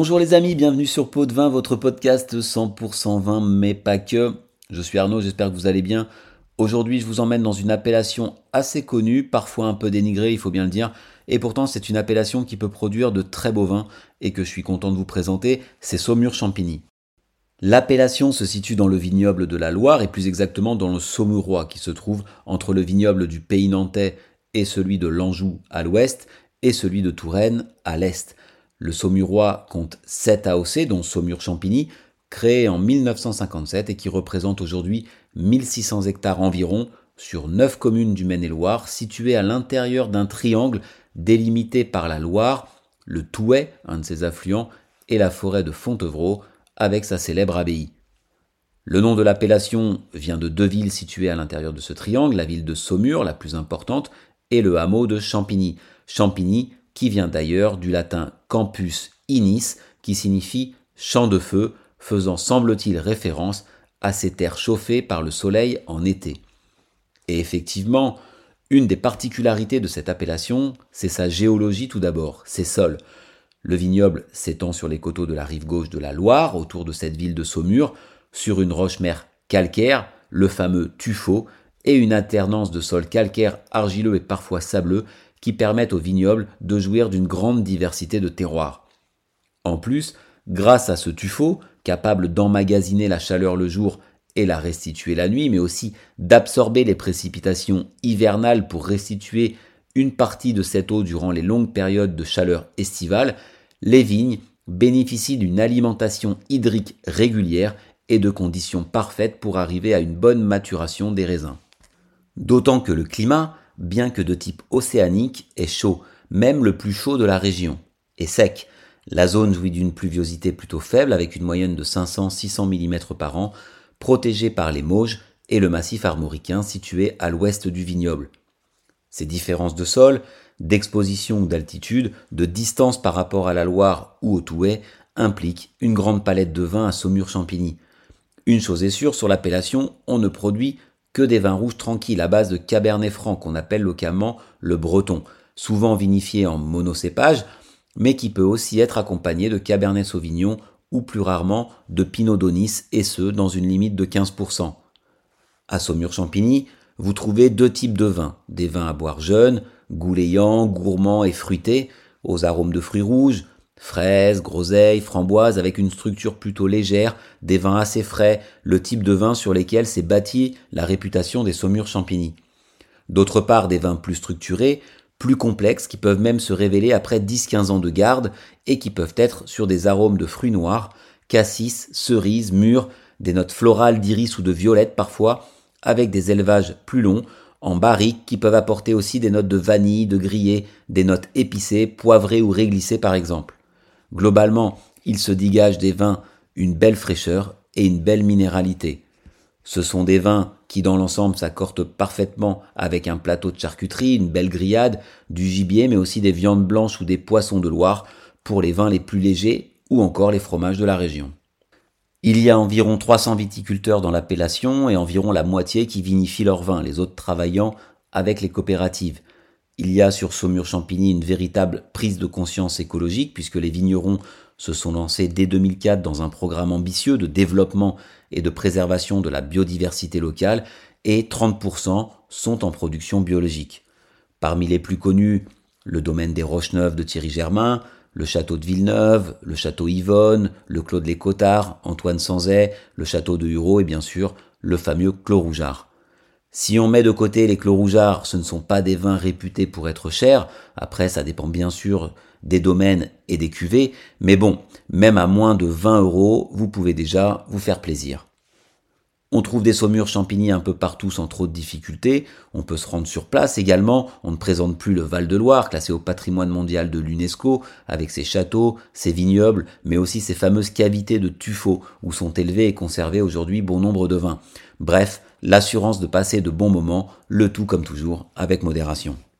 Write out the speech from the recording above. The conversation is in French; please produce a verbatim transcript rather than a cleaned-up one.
Bonjour les amis, bienvenue sur Pot de Vin, votre podcast cent pour cent vin, mais pas que. Je suis Arnaud, j'espère que vous allez bien. Aujourd'hui, je vous emmène dans une appellation assez connue, parfois un peu dénigrée, il faut bien le dire. Et pourtant, c'est une appellation qui peut produire de très beaux vins et que je suis content de vous présenter, c'est Saumur-Champigny. L'appellation se situe dans le vignoble de la Loire et plus exactement dans le Saumurois qui se trouve entre le vignoble du Pays Nantais et celui de l'Anjou à l'ouest et celui de Touraine à l'est. Le Saumurois compte sept A O C, dont Saumur-Champigny, créé en mille neuf cent cinquante-sept et qui représente aujourd'hui mille six cents hectares environ sur neuf communes du Maine-et-Loire, situées à l'intérieur d'un triangle délimité par la Loire, le Thouet, un de ses affluents, et la forêt de Fontevraud, avec sa célèbre abbaye. Le nom de l'appellation vient de deux villes situées à l'intérieur de ce triangle, la ville de Saumur, la plus importante, et le hameau de Champigny. Champigny, qui vient d'ailleurs du latin campus innis, qui signifie champ de feu, faisant semble-t-il référence à ces terres chauffées par le soleil en été. Et effectivement, une des particularités de cette appellation, c'est sa géologie tout d'abord, ses sols. Le vignoble s'étend sur les coteaux de la rive gauche de la Loire, autour de cette ville de Saumur, sur une roche-mère calcaire, le fameux tuffeau, et une alternance de sols calcaires, argileux et parfois sableux, qui permettent au vignoble de jouir d'une grande diversité de terroirs. En plus, grâce à ce tuffeau, capable d'emmagasiner la chaleur le jour et la restituer la nuit, mais aussi d'absorber les précipitations hivernales pour restituer une partie de cette eau durant les longues périodes de chaleur estivale, les vignes bénéficient d'une alimentation hydrique régulière et de conditions parfaites pour arriver à une bonne maturation des raisins. D'autant que le climat, bien que de type océanique, est chaud, même le plus chaud de la région, et sec. La zone jouit d'une pluviosité plutôt faible avec une moyenne de cinq cents à six cents millimètres par an, protégée par les Mauges et le massif armoricain situé à l'ouest du vignoble. Ces différences de sol, d'exposition ou d'altitude, de distance par rapport à la Loire ou au Thouet, impliquent une grande palette de vins à Saumur-Champigny. Une chose est sûre, sur l'appellation, on ne produit que des vins rouges tranquilles à base de Cabernet Franc qu'on appelle localement le breton, souvent vinifié en monocépage, mais qui peut aussi être accompagné de Cabernet Sauvignon ou plus rarement de Pinot d'Aunis, et ce, dans une limite de quinze pour cent. À Saumur-Champigny, vous trouvez deux types de vins, des vins à boire jeunes, goulayants, gourmands et fruités, aux arômes de fruits rouges, fraises, groseilles, framboises, avec une structure plutôt légère, des vins assez frais, le type de vin sur lesquels s'est bâtie la réputation des Saumur-Champigny. D'autre part, des vins plus structurés, plus complexes, qui peuvent même se révéler après dix à quinze ans de garde et qui peuvent être sur des arômes de fruits noirs, cassis, cerises, mûres, des notes florales d'iris ou de violette parfois, avec des élevages plus longs, en barrique, qui peuvent apporter aussi des notes de vanille, de grillé, des notes épicées, poivrées ou réglissées par exemple. Globalement, il se dégage des vins une belle fraîcheur et une belle minéralité. Ce sont des vins qui dans l'ensemble s'accordent parfaitement avec un plateau de charcuterie, une belle grillade, du gibier mais aussi des viandes blanches ou des poissons de Loire pour les vins les plus légers ou encore les fromages de la région. Il y a environ trois cents viticulteurs dans l'appellation et environ la moitié qui vinifient leurs vins, les autres travaillant avec les coopératives. Il y a sur Saumur-Champigny une véritable prise de conscience écologique puisque les vignerons se sont lancés dès deux mille quatre dans un programme ambitieux de développement et de préservation de la biodiversité locale et trente pour cent sont en production biologique. Parmi les plus connus, le domaine des Roches-Neuves de Thierry Germain, le château de Villeneuve, le château Yvonne, le clos de les Cotards, Antoine Sanzay, le château de Hureau et bien sûr le fameux Clos Rougeard. Si on met de côté les Clos Rougeards, ce ne sont pas des vins réputés pour être chers, après ça dépend bien sûr des domaines et des cuvées, mais bon, même à moins de vingt euros, vous pouvez déjà vous faire plaisir. On trouve des Saumur-Champigny un peu partout sans trop de difficultés, on peut se rendre sur place également, on ne présente plus le Val-de-Loire, classé au patrimoine mondial de l'UNESCO, avec ses châteaux, ses vignobles, mais aussi ses fameuses cavités de tuffeau, où sont élevés et conservés aujourd'hui bon nombre de vins. Bref, l'assurance de passer de bons moments, le tout comme toujours avec modération.